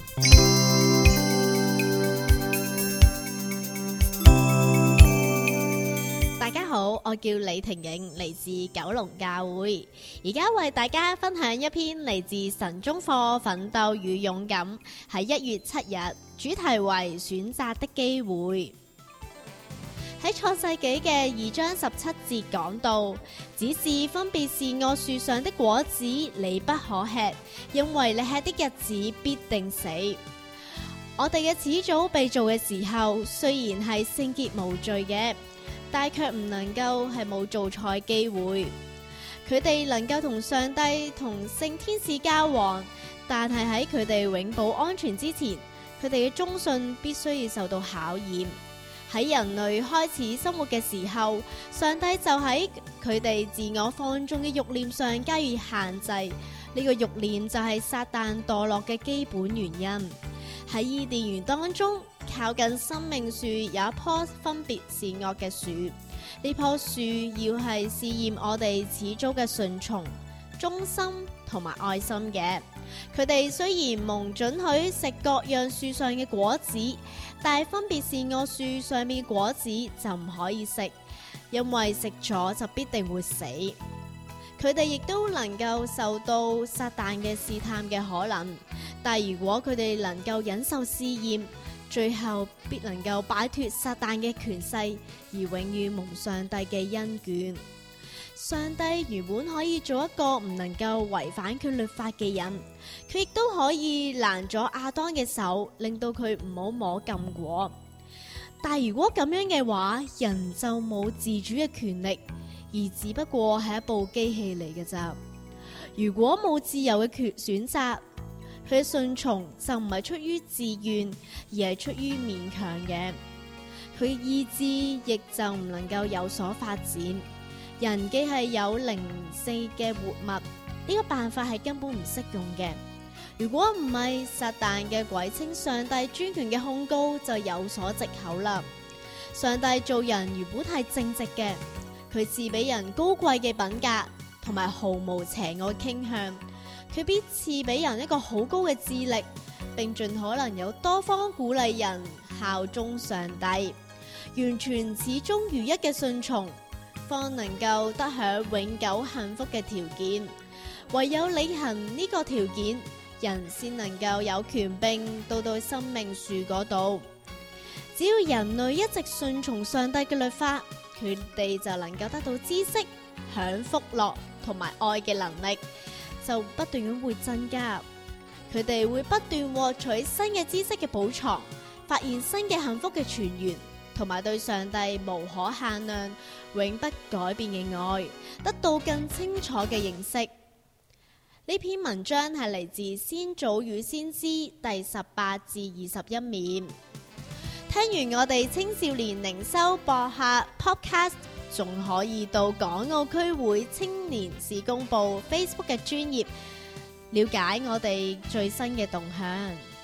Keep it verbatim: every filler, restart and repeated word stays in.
大家好，我叫李婷穎，嚟自九龍教會，而家為大家分享一篇嚟自神中課《奮鬥與勇敢》，喺一月七日，主題為選擇的機會。喺創世紀嘅二章十七節講到，只是分別是惡樹上的果子，你不可吃，因為你吃的日子必定死。我哋嘅始祖被造嘅時候，雖然係聖潔無罪嘅，但卻唔能夠係冇做錯機會。佢哋能夠同上帝同聖天使交往，但係喺佢哋永保安全之前，佢哋嘅忠信必須要受到考驗。喺人類開始生活嘅時候，上帝就喺佢哋自我放縱嘅慾念上加以限制。呢、這個慾念就係撒旦墮落嘅基本原因。喺伊甸園當中，靠近生命樹有一棵分別善惡嘅樹，呢棵樹要係試驗我哋始祖嘅順從、忠心同埋愛心嘅。佢哋雖然蒙准許食各樣樹上嘅果子，但係分別善惡樹上面嘅果子就唔可以食，因為食咗就必定會死。佢哋亦都能夠受到撒旦嘅試探嘅可能，但如果佢哋能夠忍受試驗，最後必能夠擺脫撒旦嘅權勢，而永遠蒙上帝嘅恩眷。上帝原本可以做一個唔能夠違反佢律法嘅人，佢亦都可以攔咗亞當嘅手，令到佢唔好摸禁果。但如果咁樣嘅話，人就冇自主嘅權力，而只不過係一部機器嚟嘅咋。如果冇自由嘅權選擇，佢嘅順從就唔係出於自願，而係出於勉強嘅。佢嘅意志亦就唔能夠有所發展。人既係有靈性嘅活物，呢、這個辦法係根本唔適用嘅。如果唔係撒旦嘅詭稱上帝專權嘅控告，就有所藉口啦。上帝做人原本係正直嘅，佢賜俾人高貴嘅品格同埋毫無邪惡傾向，佢必賜俾人一個好高嘅智力，並盡可能有多方鼓勵人效忠上帝，完全始終如一嘅順從，方能夠得享永久幸福嘅條件。唯有履行呢個條件，人先能夠有權柄到到生命樹嗰度。只要人類一直順從上帝嘅律法，佢哋就能夠得到知識、享福樂同埋愛嘅能力，就不斷咁會增加。佢哋會不斷獲取新嘅知識嘅寶藏，發現新嘅幸福嘅泉源，同埋對上帝無可限量、永不改變嘅愛，得到更清楚嘅認識。呢篇文章係嚟自《先祖與先知》第十八至二十一面。聽完我哋青少年靈修博客 Podcast， 仲可以到港澳區會青年事工部 Facebook 嘅專頁了解我哋最新嘅動向。